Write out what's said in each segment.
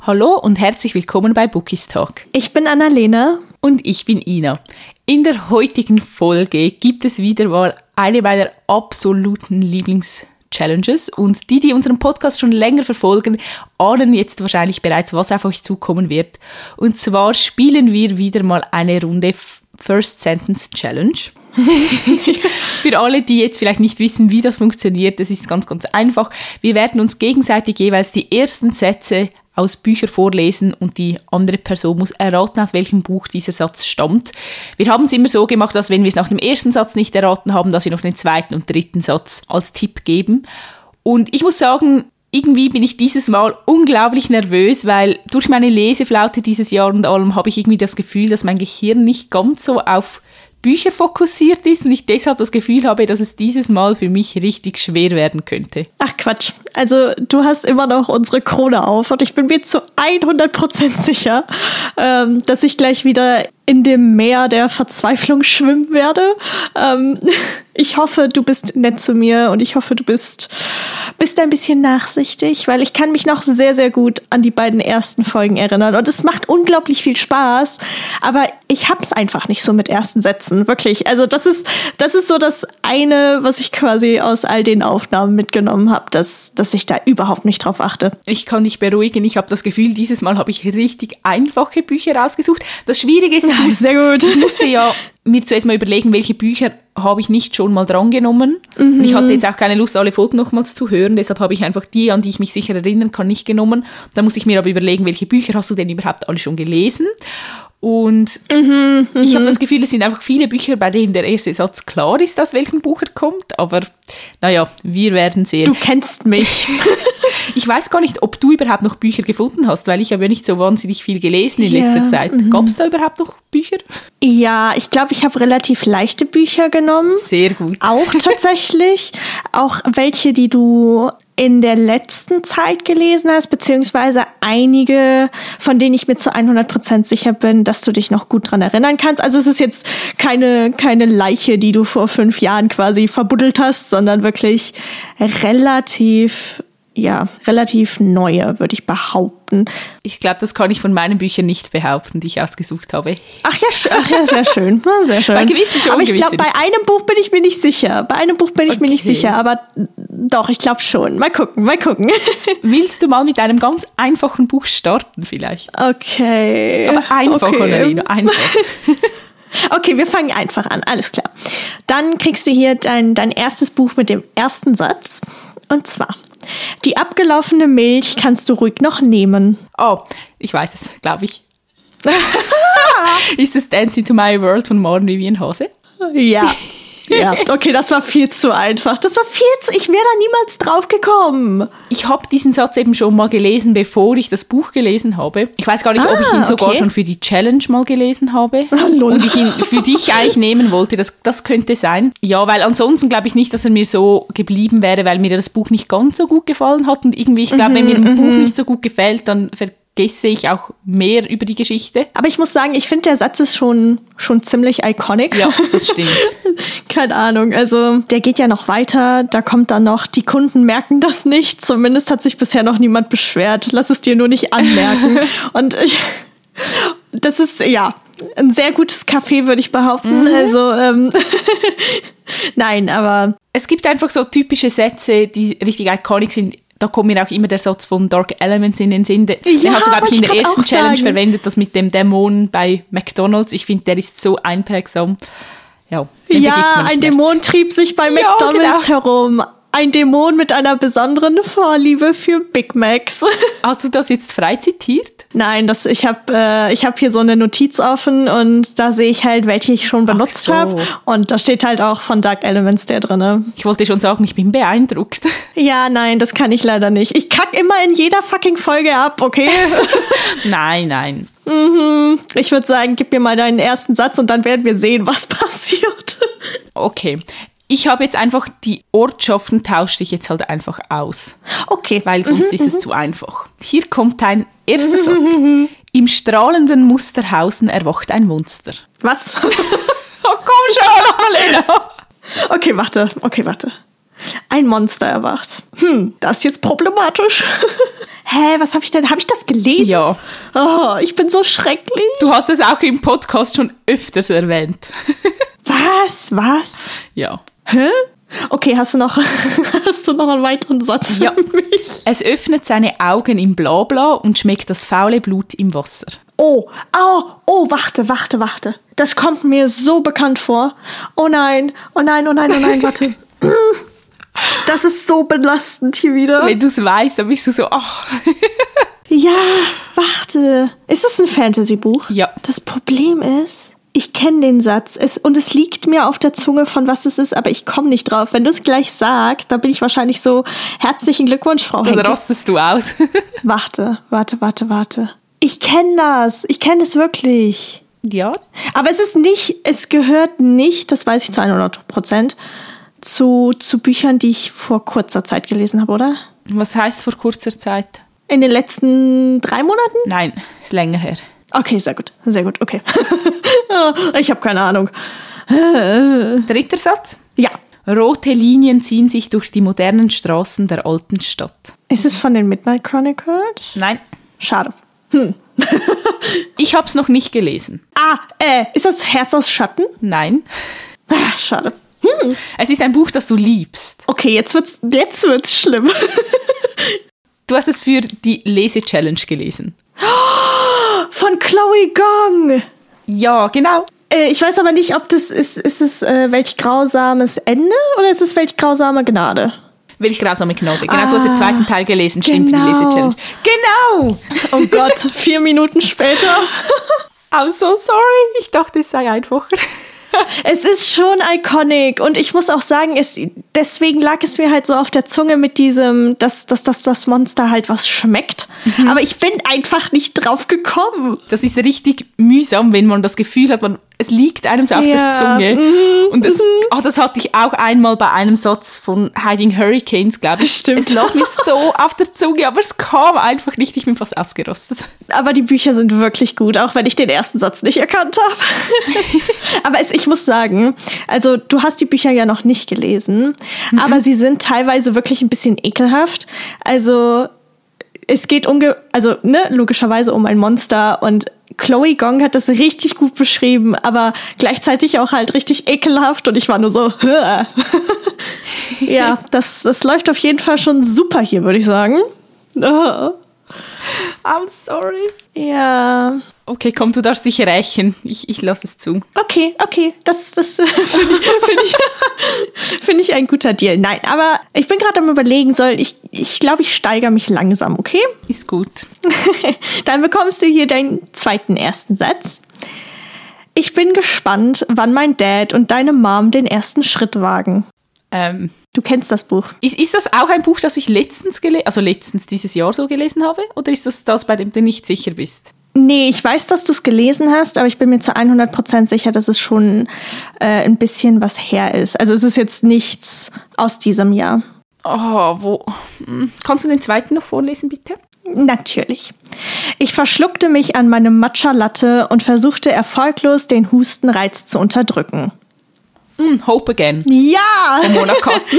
Hallo und herzlich willkommen bei Bookies Talk. Ich bin Annalena. Und ich bin Ina. In der heutigen Folge gibt es wieder mal eine meiner absoluten Lieblings-Challenges. Und die unseren Podcast schon länger verfolgen, ahnen jetzt wahrscheinlich bereits, was auf euch zukommen wird. Und zwar spielen wir wieder mal eine Runde First Sentence Challenge. Für alle, die jetzt vielleicht nicht wissen, wie das funktioniert, das ist ganz, ganz einfach. Wir werden uns gegenseitig jeweils die ersten Sätze aus Büchern vorlesen und die andere Person muss erraten, aus welchem Buch dieser Satz stammt. Wir haben es immer so gemacht, dass wenn wir es nach dem ersten Satz nicht erraten haben, dass wir noch den zweiten und dritten Satz als Tipp geben. Und ich muss sagen, irgendwie bin ich dieses Mal unglaublich nervös, weil durch meine Leseflaute dieses Jahr und allem habe ich irgendwie das Gefühl, dass mein Gehirn nicht ganz so auf Bücher fokussiert ist und ich deshalb das Gefühl habe, dass es dieses Mal für mich richtig schwer werden könnte. Ach Quatsch, also du hast immer noch unsere Krone auf und ich bin mir zu 100% sicher, dass ich gleich wieder in dem Meer der Verzweiflung schwimmen werde. Ich hoffe, du bist nett zu mir und ich hoffe, du bist ein bisschen nachsichtig, weil ich kann mich noch sehr, sehr gut an die beiden ersten Folgen erinnern und es macht unglaublich viel Spaß, aber ich hab's einfach nicht so mit ersten Sätzen, wirklich. Also das ist so das eine, was ich quasi aus all den Aufnahmen mitgenommen habe, dass ich da überhaupt nicht drauf achte. Ich kann dich beruhigen, ich habe das Gefühl, dieses Mal habe ich richtig einfache Bücher rausgesucht. Das Schwierige ist, sehr gut. Ich musste ja mir zuerst mal überlegen, welche Bücher habe ich nicht schon mal drangenommen. Und ich hatte jetzt auch keine Lust, alle Folgen nochmals zu hören, deshalb habe ich einfach die, an die ich mich sicher erinnern kann, nicht genommen. Da musste ich mir aber überlegen, welche Bücher hast du denn überhaupt alle schon gelesen? Und ich habe das Gefühl, es sind einfach viele Bücher, bei denen der erste Satz klar ist, aus welchem Buch er kommt. Aber naja, wir werden sehen. Du kennst mich. Ich weiß gar nicht, ob du überhaupt noch Bücher gefunden hast, weil ich habe ja nicht so wahnsinnig viel gelesen in letzter Zeit. Gab es da überhaupt noch Bücher? Ja, ich glaube, ich habe relativ leichte Bücher genommen. Sehr gut. Auch tatsächlich. Auch welche, die du in der letzten Zeit gelesen hast, beziehungsweise einige, von denen ich mir zu 100% sicher bin, dass du dich noch gut dran erinnern kannst. Also es ist jetzt keine Leiche, die du vor 5 Jahren quasi verbuddelt hast, sondern wirklich relativ neue, würde ich behaupten. Ich glaube, das kann ich von meinen Büchern nicht behaupten, die ich ausgesucht habe. Ach ja, sehr schön. Sehr schön. Bei gewissen schon, aber ich glaube, bei einem Buch bin ich mir nicht sicher. Aber doch, ich glaube schon. Mal gucken. Willst du mal mit einem ganz einfachen Buch starten vielleicht? Okay. Aber einfach, Annalena, einfach. Okay, wir fangen einfach an, alles klar. Dann kriegst du hier dein erstes Buch mit dem ersten Satz. Und zwar: Die abgelaufene Milch kannst du ruhig noch nehmen. Oh, ich weiß es, glaube ich. Ist es Dancing to My World von Maren Vivian Hase? Ja. Ja, okay, das war viel zu einfach. Ich wäre da niemals drauf gekommen. Ich habe diesen Satz eben schon mal gelesen, bevor ich das Buch gelesen habe. Ich weiß gar nicht, ob ich ihn sogar schon für die Challenge mal gelesen habe. Und ich ihn für dich eigentlich nehmen wollte. Das könnte sein. Ja, weil ansonsten glaube ich nicht, dass er mir so geblieben wäre, weil mir das Buch nicht ganz so gut gefallen hat. Und irgendwie, ich glaube, wenn mir ein Buch nicht so gut gefällt, dann vergesse ich auch mehr über die Geschichte. Aber ich muss sagen, ich finde, der Satz ist schon ziemlich iconic. Ja, das stimmt. Keine Ahnung, also der geht ja noch weiter. Da kommt dann noch, die Kunden merken das nicht. Zumindest hat sich bisher noch niemand beschwert. Lass es dir nur nicht anmerken. Und das ist, ja, ein sehr gutes Café, würde ich behaupten. Also, nein, aber es gibt einfach so typische Sätze, die richtig iconic sind. Da kommt mir auch immer der Satz von Dark Elements in den Sinn. Den hast du, glaube ich, in der ersten Challenge verwendet, das mit dem Dämon bei McDonald's. Ich finde, der ist so einprägsam. Ja, ein Dämon trieb sich bei McDonald's herum. Ein Dämon mit einer besonderen Vorliebe für Big Macs. Hast du das jetzt frei zitiert? Nein, ich hab hier so eine Notiz offen und da sehe ich halt, welche ich schon benutzt habe. Und da steht halt auch von Dark Elements der drinne. Ich wollte schon sagen, ich bin beeindruckt. Ja, nein, das kann ich leider nicht. Ich kack immer in jeder fucking Folge ab, okay? Nein. Ich würde sagen, gib mir mal deinen ersten Satz und dann werden wir sehen, was passiert. Okay. Ich habe jetzt einfach die Ortschaften, tausche ich jetzt halt einfach aus. Okay. Weil sonst ist es zu einfach. Hier kommt dein erster Satz. Im strahlenden Musterhausen erwacht ein Monster. Was? Oh, komm schon, Annalena. Okay, warte. Ein Monster erwacht. Das ist jetzt problematisch. Hä, was habe ich denn? Habe ich das gelesen? Ja. Oh, ich bin so schrecklich. Du hast es auch im Podcast schon öfters erwähnt. Was? Ja. Hä? Okay, hast du noch einen weiteren Satz für mich? Es öffnet seine Augen im Blabla und schmeckt das faule Blut im Wasser. Oh, warte. Das kommt mir so bekannt vor. Oh nein, warte. Das ist so belastend hier wieder. Wenn du es weißt, dann bist du so, ach. Ja, warte. Ist das ein Fantasy-Buch? Ja. Das Problem ist, ich kenne den Satz und es liegt mir auf der Zunge, von was es ist, aber ich komme nicht drauf. Wenn du es gleich sagst, dann bin ich wahrscheinlich so, herzlichen Glückwunsch, Frau Henke. Dann rastest du aus. Warte. Ich kenne das. Ich kenne es wirklich. Ja. Aber es gehört nicht, das weiß ich zu 100%, zu Büchern, die ich vor kurzer Zeit gelesen habe, oder? Was heißt vor kurzer Zeit? In den letzten 3 Monaten? Nein, ist länger her. Okay, sehr gut, okay. Ich habe keine Ahnung. Dritter Satz. Ja. Rote Linien ziehen sich durch die modernen Straßen der alten Stadt. Ist es von den Midnight Chronicles? Nein. Schade. Ich habe es noch nicht gelesen. Ist das Herz aus Schatten? Nein. Schade. Es ist ein Buch, das du liebst. Okay, jetzt wird's schlimm. Du hast es für die Lese-Challenge gelesen. Von Chloe Gong. Ja, genau. Ich weiß aber nicht, ob das ist es welch grausames Ende oder ist es welch grausame Gnade? Welch grausame Gnade. Genau, du hast den zweiten Teil gelesen. Stimmt, für die Lese-Challenge. Genau. Oh Gott, 4 Minuten später. I'm so sorry. Ich dachte, es sei einfacher. Es ist schon iconic und ich muss auch sagen, deswegen lag es mir halt so auf der Zunge mit diesem, dass das Monster halt was schmeckt. Aber ich bin einfach nicht drauf gekommen. Das ist richtig mühsam, wenn man das Gefühl hat, es liegt einem so auf der Zunge. Und das hatte ich auch einmal bei einem Satz von Hiding Hurricanes, glaube ich. Stimmt. Es lag mir so auf der Zunge, aber es kam einfach nicht. Ich bin fast ausgerostet. Aber die Bücher sind wirklich gut, auch wenn ich den ersten Satz nicht erkannt habe. Aber ich muss sagen, also du hast die Bücher ja noch nicht gelesen, aber sie sind teilweise wirklich ein bisschen ekelhaft. Also es geht logischerweise um ein Monster und Chloe Gong hat das richtig gut beschrieben, aber gleichzeitig auch halt richtig ekelhaft und ich war nur so, ja, das läuft auf jeden Fall schon super hier, würde ich sagen. I'm sorry. Ja. Okay, komm, du darfst dich rächen. Ich lasse es zu. Okay. Das finde ich ein guter Deal. Nein, aber ich bin gerade am Überlegen, ich glaube, ich steigere mich langsam, okay? Ist gut. Dann bekommst du hier deinen ersten Satz. Ich bin gespannt, wann mein Dad und deine Mom den ersten Schritt wagen. Du kennst das Buch. Ist das auch ein Buch, das ich letztens dieses Jahr so gelesen habe? Oder ist das, bei dem du nicht sicher bist? Nee, ich weiß, dass du es gelesen hast, aber ich bin mir zu 100% sicher, dass es schon ein bisschen was her ist. Also es ist jetzt nichts aus diesem Jahr. Oh, Kannst du den zweiten noch vorlesen, bitte? Natürlich. Ich verschluckte mich an meine Matcha-Latte und versuchte erfolglos, den Hustenreiz zu unterdrücken. Hope Again. Ja! Von Mona Kasten.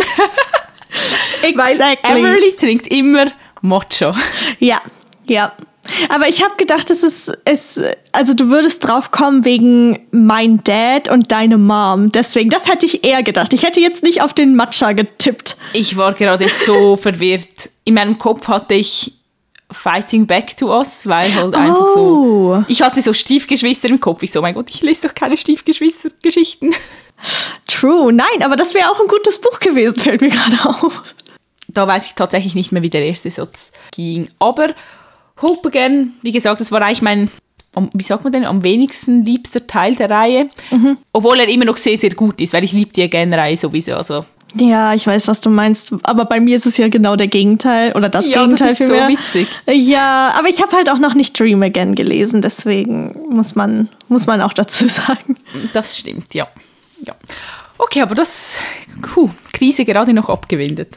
Weil Everly trinkt immer Matcha. Ja. Aber ich habe gedacht, also du würdest drauf kommen wegen mein Dad und deine Mom. Deswegen, das hätte ich eher gedacht. Ich hätte jetzt nicht auf den Matcha getippt. Ich war gerade so verwirrt. In meinem Kopf hatte ich Fighting Back to Us, weil halt einfach so... Ich hatte so Stiefgeschwister im Kopf. Ich so, mein Gott, ich lese doch keine Stiefgeschwister-Geschichten. True, nein, aber das wäre auch ein gutes Buch gewesen, fällt mir gerade auf. Da weiß ich tatsächlich nicht mehr, wie der erste Satz ging. Aber Hope Again, wie gesagt, das war eigentlich mein, am wenigsten liebster Teil der Reihe. Obwohl er immer noch sehr, sehr gut ist, weil ich liebe die Again-Reihe sowieso. Also. Ja, ich weiß, was du meinst. Aber bei mir ist es ja genau der Gegenteil. Oder das Gegenteil das ist vielmehr. So witzig. Ja, aber ich habe halt auch noch nicht Dream Again gelesen. Deswegen muss man auch dazu sagen. Das stimmt, ja. Okay, aber Krise gerade noch abgewendet.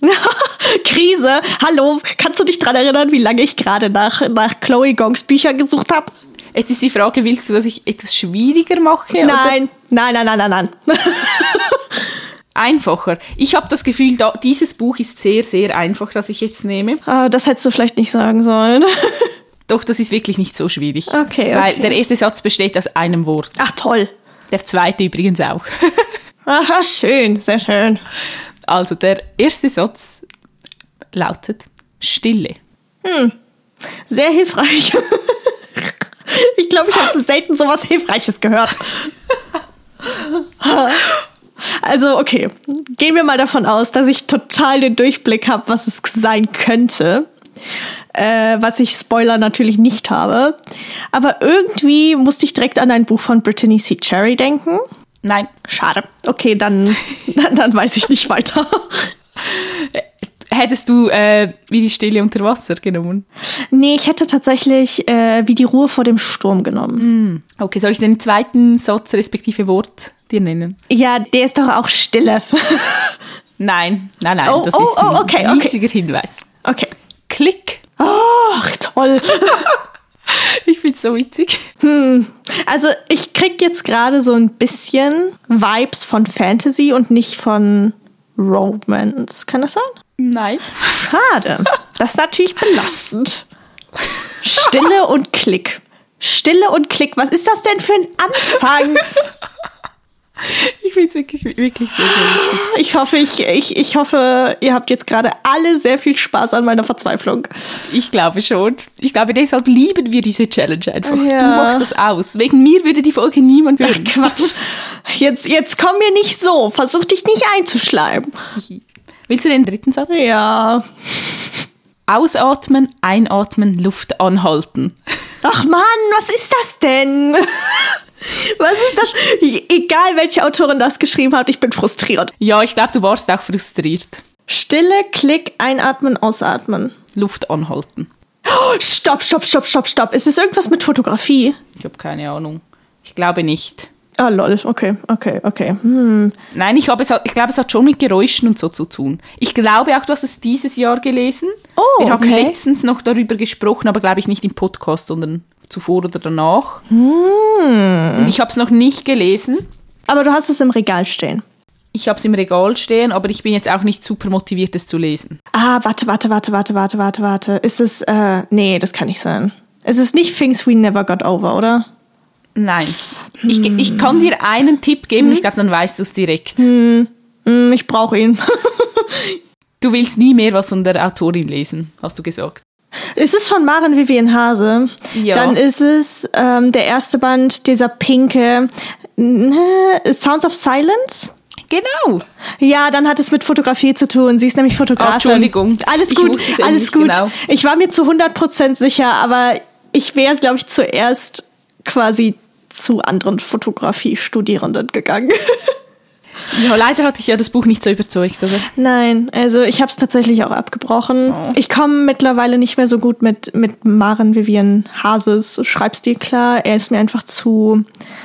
Krise? Hallo, kannst du dich daran erinnern, wie lange ich gerade nach Chloe Gongs Büchern gesucht habe? Jetzt ist die Frage, willst du, dass ich etwas schwieriger mache? Nein. einfacher. Ich habe das Gefühl, dieses Buch ist sehr, sehr einfach, das ich jetzt nehme. Das hättest du vielleicht nicht sagen sollen. Doch, das ist wirklich nicht so schwierig. Okay. Weil der erste Satz besteht aus einem Wort. Ach, toll. Der zweite übrigens auch. Aha, schön, sehr schön. Also, der erste Satz lautet Stille. Sehr hilfreich. Ich glaube, ich habe selten sowas Hilfreiches gehört. Also, okay. Gehen wir mal davon aus, dass ich total den Durchblick habe, was es sein könnte. Was ich Spoiler natürlich nicht habe. Aber irgendwie musste ich direkt an ein Buch von Brittany C. Cherry denken. Nein. Schade. Okay, dann weiß ich nicht weiter. Hättest du Wie die Stille unter Wasser genommen? Nee, ich hätte tatsächlich Wie die Ruhe vor dem Sturm genommen. Okay, soll ich den zweiten Satz respektive Wort dir nennen? Ja, der ist doch auch Stille. Nein, das ist okay, ein riesiger Hinweis. Okay. Klick. Ach, toll. Ich find's so witzig. Also ich krieg jetzt gerade so ein bisschen Vibes von Fantasy und nicht von Romance. Kann das sein? Nein. Schade. Das ist natürlich belastend. Stille und Klick. Stille und Klick. Was ist das denn für ein Anfang? Ich finde es wirklich, wirklich sehr, sehr witzig. Ich hoffe, ihr habt jetzt gerade alle sehr viel Spaß an meiner Verzweiflung. Ich glaube schon. Ich glaube, deshalb lieben wir diese Challenge einfach. Ja. Du machst das aus. Wegen mir würde die Folge niemand hören. Ach, Quatsch. Jetzt komm mir nicht so. Versuch dich nicht einzuschleimen. Willst du den dritten Satz? Ja. Ausatmen, einatmen, Luft anhalten. Ach Mann, was ist das denn? Was ist das? Egal, welche Autorin das geschrieben hat, ich bin frustriert. Ja, ich glaube, du warst auch frustriert. Stille, Klick, einatmen, ausatmen. Luft anhalten. Oh, stopp. Ist es irgendwas mit Fotografie? Ich habe keine Ahnung. Ich glaube nicht. Ah, lol. Okay. Nein, ich glaube, es hat schon mit Geräuschen und so zu tun. Ich glaube auch, du hast es dieses Jahr gelesen. Oh, Wir haben okay. letztens noch darüber gesprochen, aber glaube ich nicht im Podcast, sondern zuvor oder danach. Und ich habe es noch nicht gelesen. Aber du hast es im Regal stehen. Ich habe es im Regal stehen, aber ich bin jetzt auch nicht super motiviert, es zu lesen. Ah, warte. Ist es, nee, das kann nicht sein. Es ist nicht Things We Never Got Over, oder? Nein. Ich kann dir einen Tipp geben, ich glaube, dann weißt du es direkt. Ich brauche ihn. Du willst nie mehr was von der Autorin lesen, hast du gesagt. Ist es von Maren Vivian Hase? Ja. Dann ist es der erste Band, dieser pinke Sounds of Silence? Genau. Ja, dann hat es mit Fotografie zu tun. Sie ist nämlich Fotografin. Entschuldigung. Alles Ich gut, wusste es alles nicht gut. genau. Ich war mir zu 100% sicher, aber ich wäre, glaube ich, zuerst quasi zu anderen Fotografiestudierenden gegangen. Ja, leider hatte ich ja das Buch nicht so überzeugt, oder? Nein, also ich habe es tatsächlich auch abgebrochen. Oh. Ich komme mittlerweile nicht mehr so gut mit Maren Vivian Hases Schreibstil klar. Er ist mir einfach zu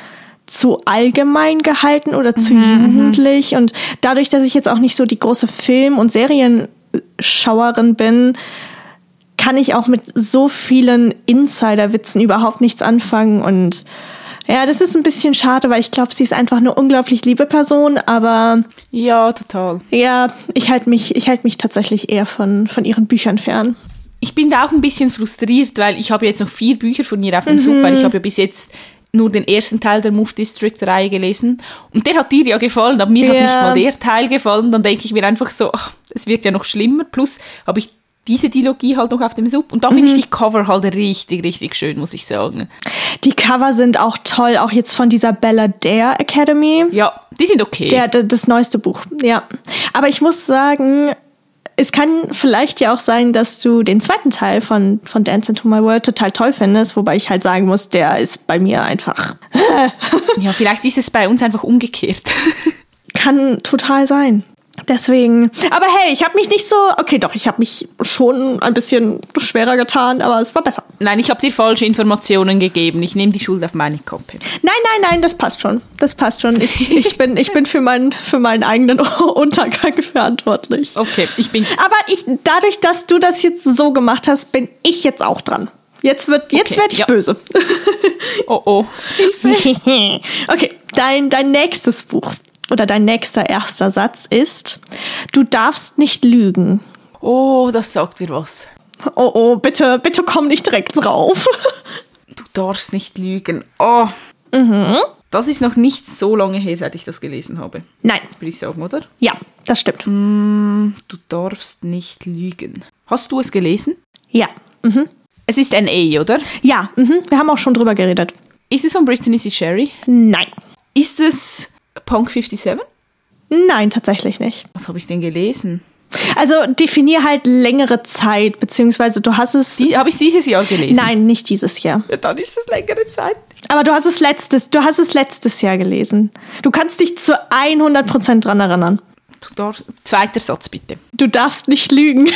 allgemein gehalten oder zu jugendlich. Und dadurch, dass ich jetzt auch nicht so die große Film- und Serienschauerin bin, kann ich auch mit so vielen Insider-Witzen überhaupt nichts anfangen. Und ja, das ist ein bisschen schade, weil ich glaube, sie ist einfach eine unglaublich liebe Person, aber Ja, total. ja, ich halte mich tatsächlich eher von ihren Büchern fern. Ich bin da auch ein bisschen frustriert, weil ich habe jetzt noch 4 Bücher von ihr auf dem Sub, weil ich habe ja bis jetzt nur den ersten Teil der Move District-Reihe gelesen. Und der hat dir ja gefallen, aber mir hat nicht mal der Teil gefallen. Dann denke ich mir einfach so, ach, es wird ja noch schlimmer. Plus habe ich diese Dilogie halt noch auf dem Sub. Und da finde ich die Cover halt richtig, richtig schön, muss ich sagen. Die Cover sind auch toll, auch jetzt von dieser Bella Dare Academy. Ja, die sind okay. Das neueste Buch, ja. Aber ich muss sagen, es kann vielleicht ja auch sein, dass du den zweiten Teil von Dance Into My World total toll findest, wobei ich halt sagen muss, der ist bei mir einfach... Ja, vielleicht ist es bei uns einfach umgekehrt. Kann total sein. Deswegen, aber hey, ich habe mich nicht so, okay doch, ich habe mich schon ein bisschen schwerer getan, aber es war besser. Nein, ich habe dir falsche Informationen gegeben. Ich nehme die Schuld auf meine Kappe. Nein, das passt schon. Das passt schon. Ich bin für meinen eigenen Untergang verantwortlich. Okay, Aber dadurch, dass du das jetzt so gemacht hast, bin ich jetzt auch dran. Jetzt werde ich böse. Oh, Hilfe. Okay, dein nächstes Buch oder dein nächster erster Satz ist: Du darfst nicht lügen. Oh, das sagt mir was. Oh, bitte komm nicht direkt drauf. Du darfst nicht lügen. Oh. Das ist noch nicht so lange her, seit ich das gelesen habe. Nein. Würde ich sagen, oder? Ja, das stimmt. Du darfst nicht lügen. Hast du es gelesen? Ja. Es ist N.A., oder? Ja, wir haben auch schon drüber geredet. Ist es von Brittany C. Sherry? Nein. Ist es Punk 57? Nein, tatsächlich nicht. Was habe ich denn gelesen? Also definier halt längere Zeit, beziehungsweise du hast es... Habe ich dieses Jahr gelesen? Nein, nicht dieses Jahr. Ja, dann ist es längere Zeit. Aber du hast es letztes Jahr gelesen. Du kannst dich zu 100% dran erinnern. Zweiter Satz, bitte. Du darfst nicht lügen.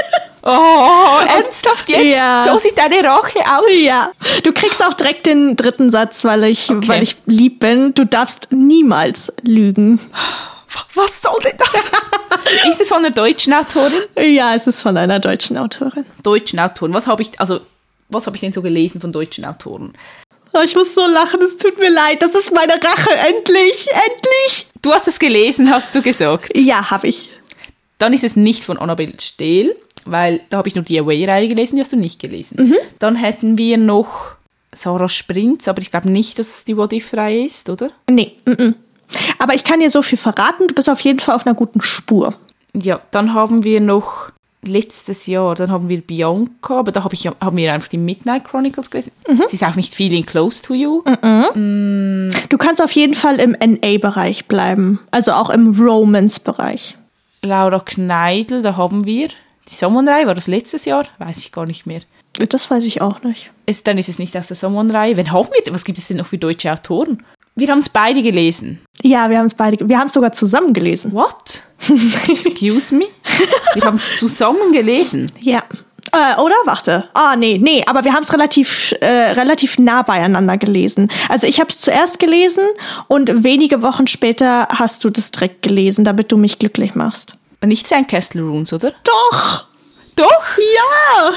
Oh, ernsthaft jetzt? Ja. So sieht deine Rache aus? Ja. Du kriegst auch direkt den dritten Satz, weil ich lieb bin. Du darfst niemals lügen. Was soll denn das? Ist es von einer deutschen Autorin? Ja, es ist von einer deutschen Autorin. Deutschen Autoren. Was habe ich denn so gelesen von deutschen Autoren? Oh, ich muss so lachen, es tut mir leid. Das ist meine Rache. Endlich. Du hast es gelesen, hast du gesagt? Ja, habe ich. Dann ist es nicht von Annabel Stehl, weil da habe ich nur die Away-Reihe gelesen, die hast du nicht gelesen. Dann hätten wir noch Sarah Sprintz, aber ich glaube nicht, dass es die What-If-Reihe ist, oder? Nee. Aber ich kann dir so viel verraten, du bist auf jeden Fall auf einer guten Spur. Ja, dann haben wir noch letztes Jahr, dann haben wir Bianca, aber da haben wir einfach die Midnight Chronicles gelesen. Es ist auch nicht viel in Close to You. Du kannst auf jeden Fall im NA-Bereich bleiben, also auch im Romance-Bereich. Laura Kneidl, da haben wir die Someone-Reihe, war das letztes Jahr? Weiß ich gar nicht mehr. Das weiß ich auch nicht. Dann ist es nicht aus der Someone-Reihe. Was gibt es denn noch für deutsche Autoren? Wir haben es beide gelesen. Ja, wir haben es sogar zusammen gelesen. What? Excuse me? Wir haben es zusammen gelesen. Ja. Oder? Warte. Nee, aber wir haben es relativ nah beieinander gelesen. Also ich habe es zuerst gelesen und wenige Wochen später hast du das direkt gelesen, damit du mich glücklich machst. Nicht Sandcastle Runes, oder? Doch! Ja!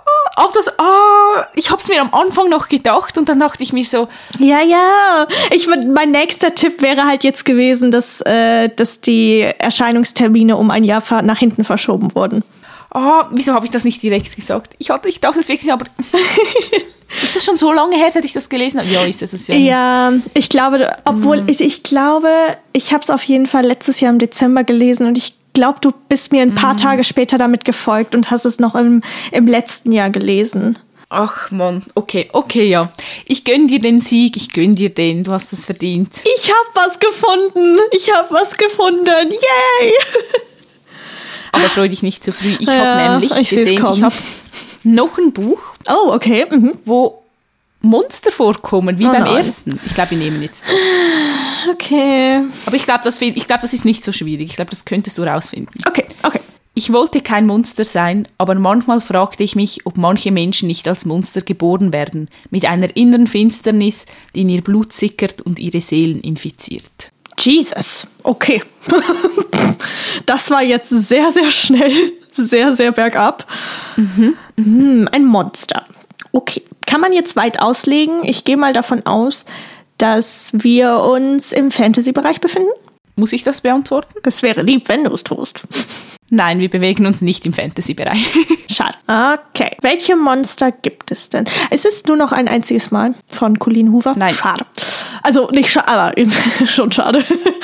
Ich habe es mir am Anfang noch gedacht und dann dachte ich mir so... Ja. Mein nächster Tipp wäre halt jetzt gewesen, dass die Erscheinungstermine um ein Jahr nach hinten verschoben wurden. Wieso habe ich das nicht direkt gesagt? Ich dachte es wirklich, aber... Ist das schon so lange her, seit ich das gelesen habe? Ja, ist es ja. Ja, ich glaube, ich habe es auf jeden Fall letztes Jahr im Dezember gelesen und ich glaube, du bist mir ein paar Tage später damit gefolgt und hast es noch im letzten Jahr gelesen. Ach Mann, okay, ja. Ich gönn dir den Sieg, du hast es verdient. Ich habe was gefunden, yay! Aber freu dich nicht zu früh, ich habe nämlich gesehen, ich habe noch ein Buch, okay. wo Monster vorkommen, wie beim ersten. Ich glaube, wir nehmen jetzt das. Okay. Aber ich glaube, das ist nicht so schwierig. Ich glaube, das könntest du rausfinden. Okay. Ich wollte kein Monster sein, aber manchmal fragte ich mich, ob manche Menschen nicht als Monster geboren werden, mit einer inneren Finsternis, die in ihr Blut sickert und ihre Seelen infiziert. Jesus, okay. Das war jetzt sehr, sehr schnell, sehr, sehr bergab. Ein Monster. Okay, kann man jetzt weit auslegen? Ich gehe mal davon aus, dass wir uns im Fantasy-Bereich befinden. Muss ich das beantworten? Es wäre lieb, wenn du es tust. Nein, wir bewegen uns nicht im Fantasy-Bereich. Schade. Okay. Welche Monster gibt es denn? Es ist nur noch ein einziges Mal von Colleen Hoover. Nein. Schade. Also nicht schade, aber schon schade.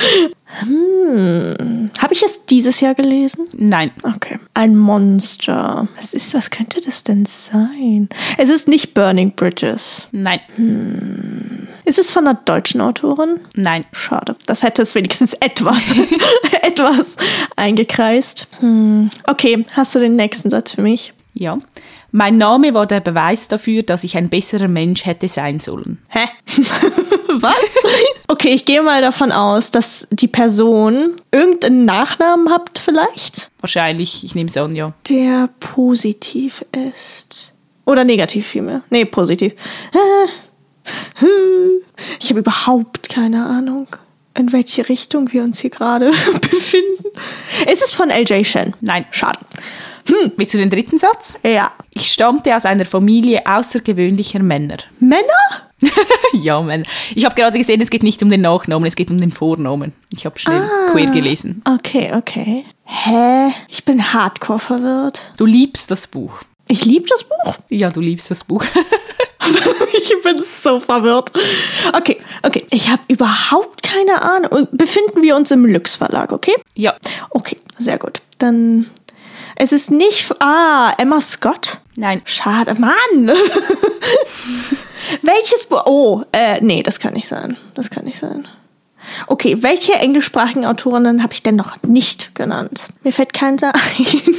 Habe ich es dieses Jahr gelesen? Nein. Okay. Ein Monster. Was könnte das denn sein? Es ist nicht Burning Bridges. Nein. Ist es von einer deutschen Autorin? Nein. Schade. Das hätte es wenigstens etwas eingekreist. Okay, hast du den nächsten Satz für mich? Ja. Mein Name war der Beweis dafür, dass ich ein besserer Mensch hätte sein sollen. Hä? Was? Okay, ich gehe mal davon aus, dass die Person irgendeinen Nachnamen habt vielleicht? Wahrscheinlich, ich nehme es an, ja. Der positiv ist. Oder negativ vielmehr. Nee, positiv. Ich habe überhaupt keine Ahnung, in welche Richtung wir uns hier gerade befinden. Ist es von L.J. Shen? Nein. Schade. Willst du den dritten Satz? Ja. Ich stammte aus einer Familie außergewöhnlicher Männer. Männer? Ja, Mann. Ich habe gerade gesehen, es geht nicht um den Nachnamen, es geht um den Vornamen. Ich habe schnell queer gelesen. Okay. Hä? Ich bin hardcore verwirrt. Du liebst das Buch. Ich liebe das Buch? Ja, du liebst das Buch. Ich bin so verwirrt. Okay. Ich habe überhaupt keine Ahnung. Befinden wir uns im Lux Verlag, okay? Ja. Okay, sehr gut. Dann, es ist nicht, Emma Scott? Nein. Schade, Mann. Welches Buch? Oh, nee, das kann nicht sein. Okay, welche englischsprachigen Autorinnen habe ich denn noch nicht genannt? Mir fällt keiner ein.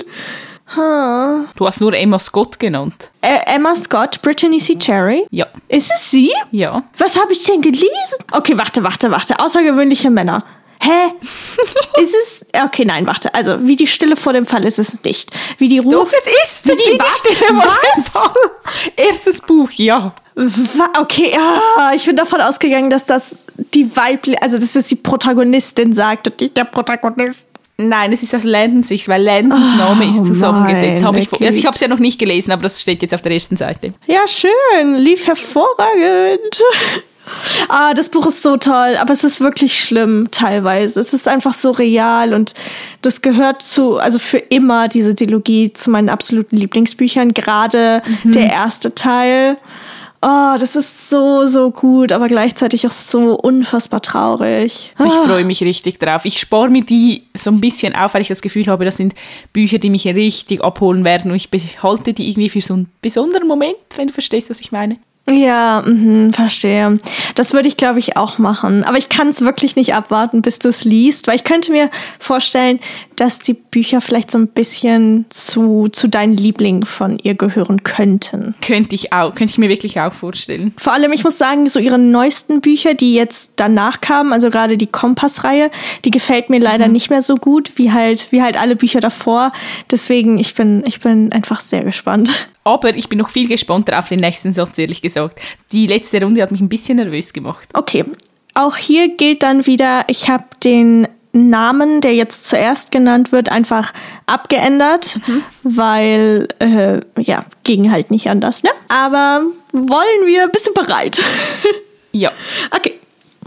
Du hast nur Emma Scott genannt. Emma Scott, Brittany C. Cherry? Ja. Ist es sie? Ja. Was habe ich denn gelesen? Okay, warte. Außergewöhnliche Männer. Hä? Ist es... Okay, nein, warte. Also, wie die Stille vor dem Fall ist es nicht. Wie die Ruhe... Doch, es ist. Wie die Stille vor dem Fall. Erstes Buch, ja. Okay, ich bin davon ausgegangen, dass das die weibliche... Also, dass das die Protagonistin sagt und nicht der Protagonist. Nein, es ist aus Landons Sicht, weil Landons Name ist zusammengesetzt. Ich habe es ja noch nicht gelesen, aber das steht jetzt auf der ersten Seite. Ja, schön. Lief hervorragend. Das Buch ist so toll, aber es ist wirklich schlimm teilweise. Es ist einfach so real und das gehört also für immer, diese Trilogie, zu meinen absoluten Lieblingsbüchern. Gerade der erste Teil. Oh, das ist so, so gut, aber gleichzeitig auch so unfassbar traurig. Ich freue mich richtig drauf. Ich spare mir die so ein bisschen auf, weil ich das Gefühl habe, das sind Bücher, die mich richtig abholen werden. Und ich behalte die irgendwie für so einen besonderen Moment, wenn du verstehst, was ich meine. Ja, verstehe. Das würde ich, glaube ich, auch machen. Aber ich kann es wirklich nicht abwarten, bis du es liest, weil ich könnte mir vorstellen, dass die Bücher vielleicht so ein bisschen zu deinen Lieblingen von ihr gehören könnten. Könnte ich mir wirklich auch vorstellen. Vor allem, ich muss sagen, so ihre neuesten Bücher, die jetzt danach kamen, also gerade die Kompass-Reihe, die gefällt mir leider nicht mehr so gut, wie halt alle Bücher davor. Deswegen, ich bin einfach sehr gespannt. Aber ich bin noch viel gespannter auf den nächsten Satz, ehrlich gesagt. Die letzte Runde hat mich ein bisschen nervös gemacht. Okay, auch hier gilt dann wieder, ich habe den Namen, der jetzt zuerst genannt wird, einfach abgeändert, weil, ging halt nicht anders, ne? Aber wollen wir, bist du bereit? Ja. Okay.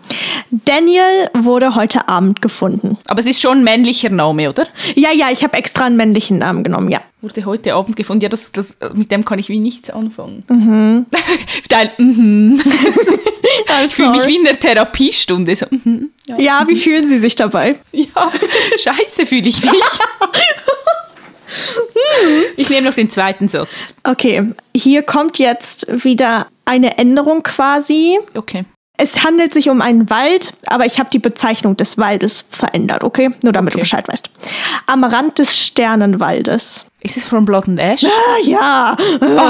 Daniel wurde heute Abend gefunden. Aber es ist schon ein männlicher Name, oder? Ja, ich habe extra einen männlichen Namen genommen, ja. Wurde heute Abend gefunden. Ja, mit dem kann ich wie nichts anfangen. Ich fühle mich wie in einer Therapiestunde. So, ja, wie fühlen Sie sich dabei? Ja, scheiße fühle ich mich. Ich nehme noch den zweiten Satz. Okay, hier kommt jetzt wieder eine Änderung quasi. Okay. Es handelt sich um einen Wald, aber ich habe die Bezeichnung des Waldes verändert, okay? Nur damit du Bescheid weißt. Am Rand des Sternenwaldes. Ist es from Blood and Ash? Ja.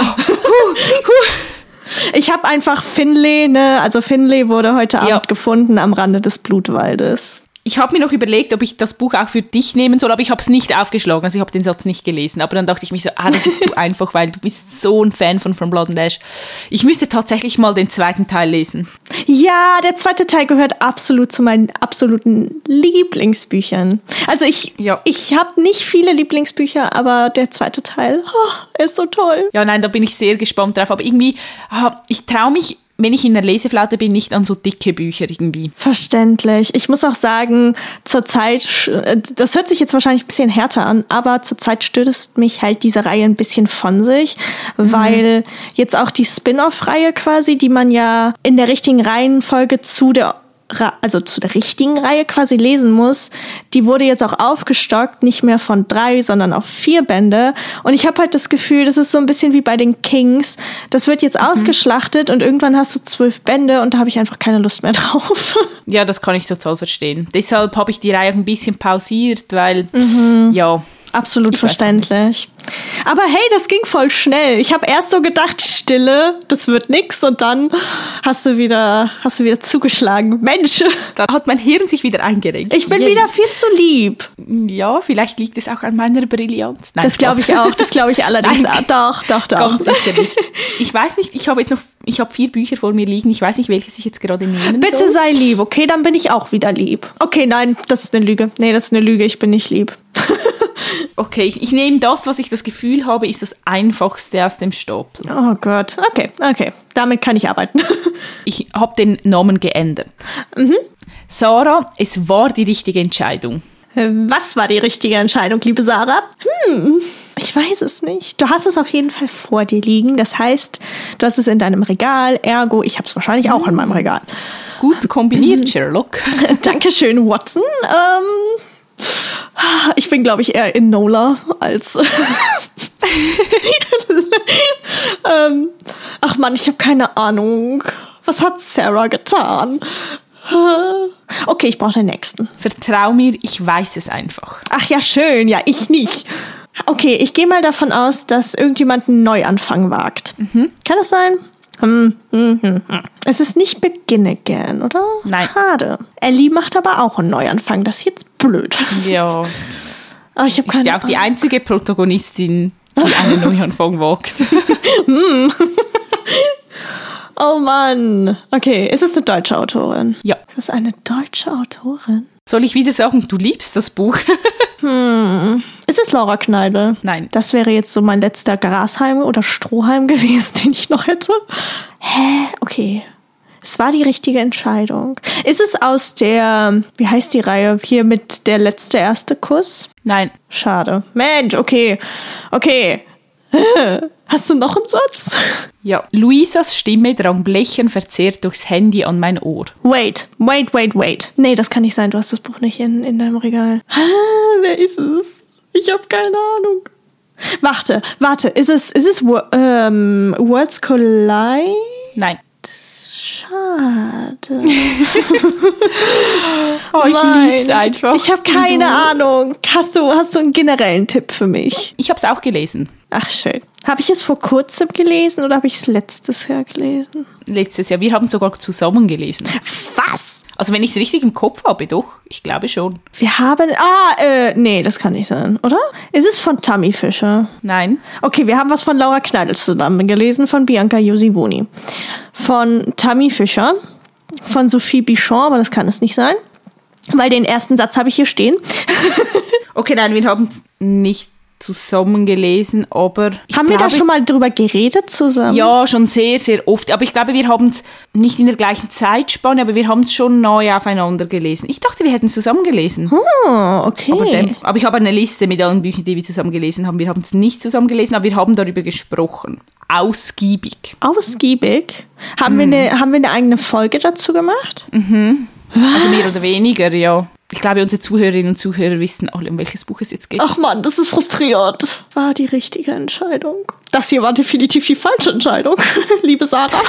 Ich habe einfach Finlay, ne? Also Finlay wurde heute Abend gefunden am Rande des Blutwaldes. Ich habe mir noch überlegt, ob ich das Buch auch für dich nehmen soll, aber ich habe es nicht aufgeschlagen, also ich habe den Satz nicht gelesen. Aber dann dachte ich mir so, das ist zu einfach, weil du bist so ein Fan von From Blood and Ash. Ich müsste tatsächlich mal den zweiten Teil lesen. Ja, der zweite Teil gehört absolut zu meinen absoluten Lieblingsbüchern. Also ich habe nicht viele Lieblingsbücher, aber der zweite Teil ist so toll. Ja, nein, da bin ich sehr gespannt drauf. Aber irgendwie, ich traue mich, wenn ich in der Leseflaute bin, nicht an so dicke Bücher irgendwie. Verständlich. Ich muss auch sagen, zurzeit, das hört sich jetzt wahrscheinlich ein bisschen härter an, aber zurzeit stößt mich halt diese Reihe ein bisschen von sich, weil jetzt auch die Spin-off-Reihe quasi, die man ja in der richtigen Reihenfolge zu der richtigen Reihe quasi lesen muss, die wurde jetzt auch aufgestockt, nicht mehr von 3, sondern auf 4 Bände. Und ich habe halt das Gefühl, das ist so ein bisschen wie bei den Kings. Das wird jetzt ausgeschlachtet und irgendwann hast du 12 Bände und da habe ich einfach keine Lust mehr drauf. Ja, das kann ich total verstehen. Deshalb habe ich die Reihe auch ein bisschen pausiert, weil, Absolut verständlich. Aber hey, das ging voll schnell. Ich habe erst so gedacht, Stille, das wird nix. Und dann hast du wieder zugeschlagen. Mensch. Da hat mein Hirn sich wieder eingerenkt. Ich bin wieder viel zu lieb. Ja, vielleicht liegt es auch an meiner Brillanz. Nein, das glaube ich auch. Das glaube ich allerdings. Doch. Ganz sicher nicht. Ich weiß nicht, ich habe 4 Bücher vor mir liegen. Ich weiß nicht, welches ich jetzt gerade nehmen soll. Bitte sei lieb, okay? Dann bin ich auch wieder lieb. Okay, nein, das ist eine Lüge. Nee, das ist eine Lüge. Ich bin nicht lieb. Okay, ich nehme das, was ich das Gefühl habe, ist das Einfachste aus dem Stapel. Oh Gott, okay. Damit kann ich arbeiten. Ich habe den Namen geändert. Sarah, es war die richtige Entscheidung. Was war die richtige Entscheidung, liebe Sarah? Ich weiß es nicht. Du hast es auf jeden Fall vor dir liegen. Das heißt, du hast es in deinem Regal. Ergo, ich habe es wahrscheinlich auch in meinem Regal. Gut kombiniert, Sherlock. Dankeschön, Watson. Ich bin, glaube ich, eher Enola als... Ach Mann, ich habe keine Ahnung. Was hat Sarah getan? Okay, ich brauche den nächsten. Vertrau mir, ich weiß es einfach. Ach ja, schön. Ja, ich nicht. Okay, ich gehe mal davon aus, dass irgendjemand einen Neuanfang wagt. Kann das sein? Es ist nicht Begin Again, oder? Nein. Schade. Ellie macht aber auch einen Neuanfang. Das ist jetzt blöd. Ja. Oh, ich habe keine Ist ja auch die einzige Protagonistin, die einen Neuanfang wagt. Oh Mann. Okay, ist es eine deutsche Autorin? Ja. Ist es eine deutsche Autorin? Soll ich wieder sagen, du liebst das Buch? Ist es Laura Kneidl? Nein. Das wäre jetzt so mein letzter Grashalm oder Strohhalm gewesen, den ich noch hätte. Hä? Okay. Es war die richtige Entscheidung. Ist es aus der, wie heißt die Reihe? Hier mit der letzte erste Kuss? Nein. Schade. Mensch, okay. Hast du noch einen Satz? Ja. Luisas Stimme drang blechern verzerrt durchs Handy an mein Ohr. Wait. Nee, das kann nicht sein. Du hast das Buch nicht in deinem Regal. Wer ist es? Ich habe keine Ahnung. Warte. Ist es Worlds Collide? Nein. Schade. Oh, ich lieb's einfach. Ich habe keine Ahnung. Hast du einen generellen Tipp für mich? Ich habe es auch gelesen. Ach, schön. Habe ich es vor kurzem gelesen oder habe ich es letztes Jahr gelesen? Letztes Jahr. Wir haben es sogar zusammen gelesen. Was? Also wenn ich es richtig im Kopf habe, doch. Ich glaube schon. Wir haben... nee, das kann nicht sein, oder? Ist es von Tammy Fischer? Nein. Okay, wir haben was von Laura Kneidl zusammen gelesen, von Bianca Josivoni. Von Tammy Fischer, von Sophie Bichon, aber das kann es nicht sein. Weil den ersten Satz habe ich hier stehen. Okay, nein, wir haben es nicht zusammen gelesen, aber... Haben wir da schon mal drüber geredet zusammen? Ja, schon sehr, sehr oft. Aber ich glaube, wir haben es nicht in der gleichen Zeitspanne, aber wir haben es schon neu aufeinander gelesen. Ich dachte, wir hätten es zusammen gelesen. Oh, okay. Aber ich habe eine Liste mit allen Büchern, die wir zusammen gelesen haben. Wir haben es nicht zusammen gelesen, aber wir haben darüber gesprochen. Ausgiebig. Ausgiebig? Haben wir eine eigene Folge dazu gemacht? Also mehr oder weniger, ja. Ich glaube, unsere Zuhörerinnen und Zuhörer wissen alle, um welches Buch es jetzt geht. Ach Mann, das ist frustrierend. War die richtige Entscheidung. Das hier war definitiv die falsche Entscheidung, liebe Sarah.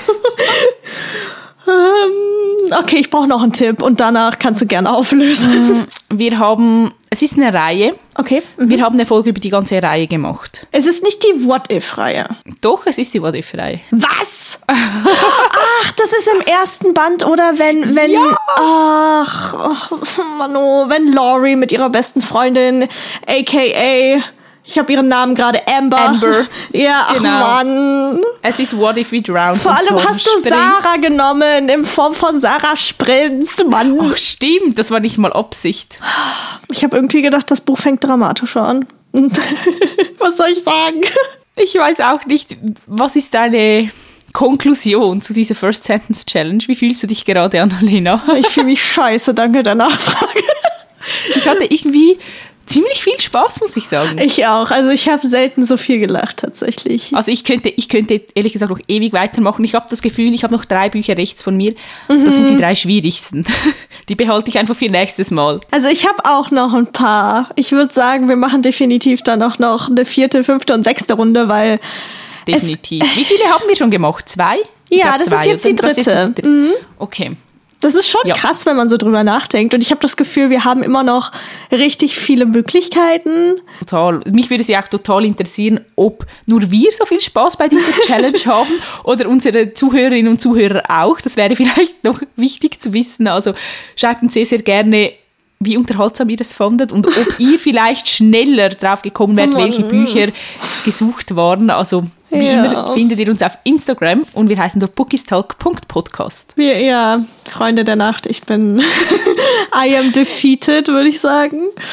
Okay, ich brauche noch einen Tipp und danach kannst du gerne auflösen. Es ist eine Reihe. Okay. Wir haben eine Folge über die ganze Reihe gemacht. Es ist nicht die What-If-Reihe. Doch, es ist die What-If-Reihe. Was? Ach, das ist im ersten Band, oder wenn Ja. Ach, Mano, wenn Laurie mit ihrer besten Freundin, a.k.a., ich habe ihren Namen gerade, Amber. Ja, ach Genau. Mann. Es ist What If We Drown. Vor allem hast du Sarah genommen, in Form von Sarah Sprintz, Mann. Ach, stimmt, das war nicht mal Absicht. Ich habe irgendwie gedacht, das Buch fängt dramatischer an. Was soll ich sagen? Ich weiß auch nicht, was ist deine Konklusion zu dieser First Sentence Challenge? Wie fühlst du dich gerade, Annalena? Ich fühle mich scheiße, danke der Nachfrage. Ich hatte irgendwie ziemlich viel Spaß, muss ich sagen. Ich auch. Also ich habe selten so viel gelacht, tatsächlich. Also ich könnte ehrlich gesagt noch ewig weitermachen. Ich habe das Gefühl, ich habe noch 3 Bücher rechts von mir. Das sind die 3 schwierigsten. Die behalte ich einfach für nächstes Mal. Also ich habe auch noch ein paar. Ich würde sagen, wir machen definitiv dann auch noch eine 4., 5. und 6. Runde, weil... Definitiv. Wie viele haben wir schon gemacht? 2? Ja, das ist jetzt die 3. Okay. Das ist schon krass, wenn man so drüber nachdenkt. Und ich habe das Gefühl, wir haben immer noch richtig viele Möglichkeiten. Total. Mich würde es ja auch total interessieren, ob nur wir so viel Spaß bei dieser Challenge haben oder unsere Zuhörerinnen und Zuhörer auch. Das wäre vielleicht noch wichtig zu wissen. Also schreibt uns sehr, sehr gerne, wie unterhaltsam ihr das fandet und ob ihr vielleicht schneller drauf gekommen wärt, welche Bücher gesucht waren. Also wie immer findet ihr uns auf Instagram und wir heißen dort bookistalk.podcast. Ja, Freunde der Nacht, ich bin I am defeated, würde ich sagen.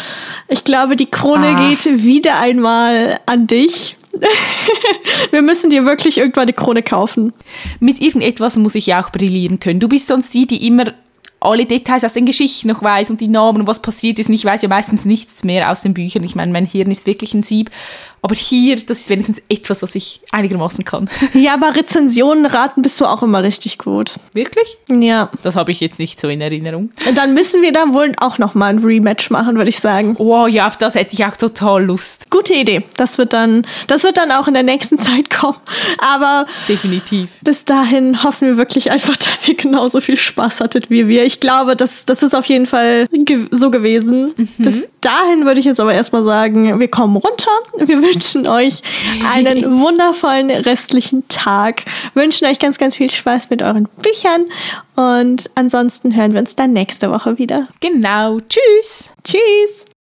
Ich glaube, die Krone geht wieder einmal an dich. Wir müssen dir wirklich irgendwann eine Krone kaufen. Mit irgendetwas muss ich ja auch brillieren können. Du bist sonst die immer alle Details aus den Geschichten noch weiß und die Namen und was passiert ist. Und ich weiß ja meistens nichts mehr aus den Büchern. Ich meine, mein Hirn ist wirklich ein Sieb. Aber hier, das ist wenigstens etwas, was ich einigermaßen kann. Ja, aber Rezensionen raten bist du auch immer richtig gut. Wirklich? Ja. Das habe ich jetzt nicht so in Erinnerung. Und dann müssen wir da wohl auch nochmal ein Rematch machen, würde ich sagen. Oh ja, auf das hätte ich auch total Lust. Gute Idee. Das wird dann auch in der nächsten Zeit kommen. Aber definitiv. Bis dahin hoffen wir wirklich einfach, dass ihr genauso viel Spaß hattet wie wir. Ich glaube, das ist auf jeden Fall so gewesen. Bis dahin würde ich jetzt aber erstmal sagen, wir kommen runter. Wir wünschen euch einen wundervollen restlichen Tag. Wünschen euch ganz, ganz viel Spaß mit euren Büchern. Und ansonsten hören wir uns dann nächste Woche wieder. Genau. Tschüss. Tschüss.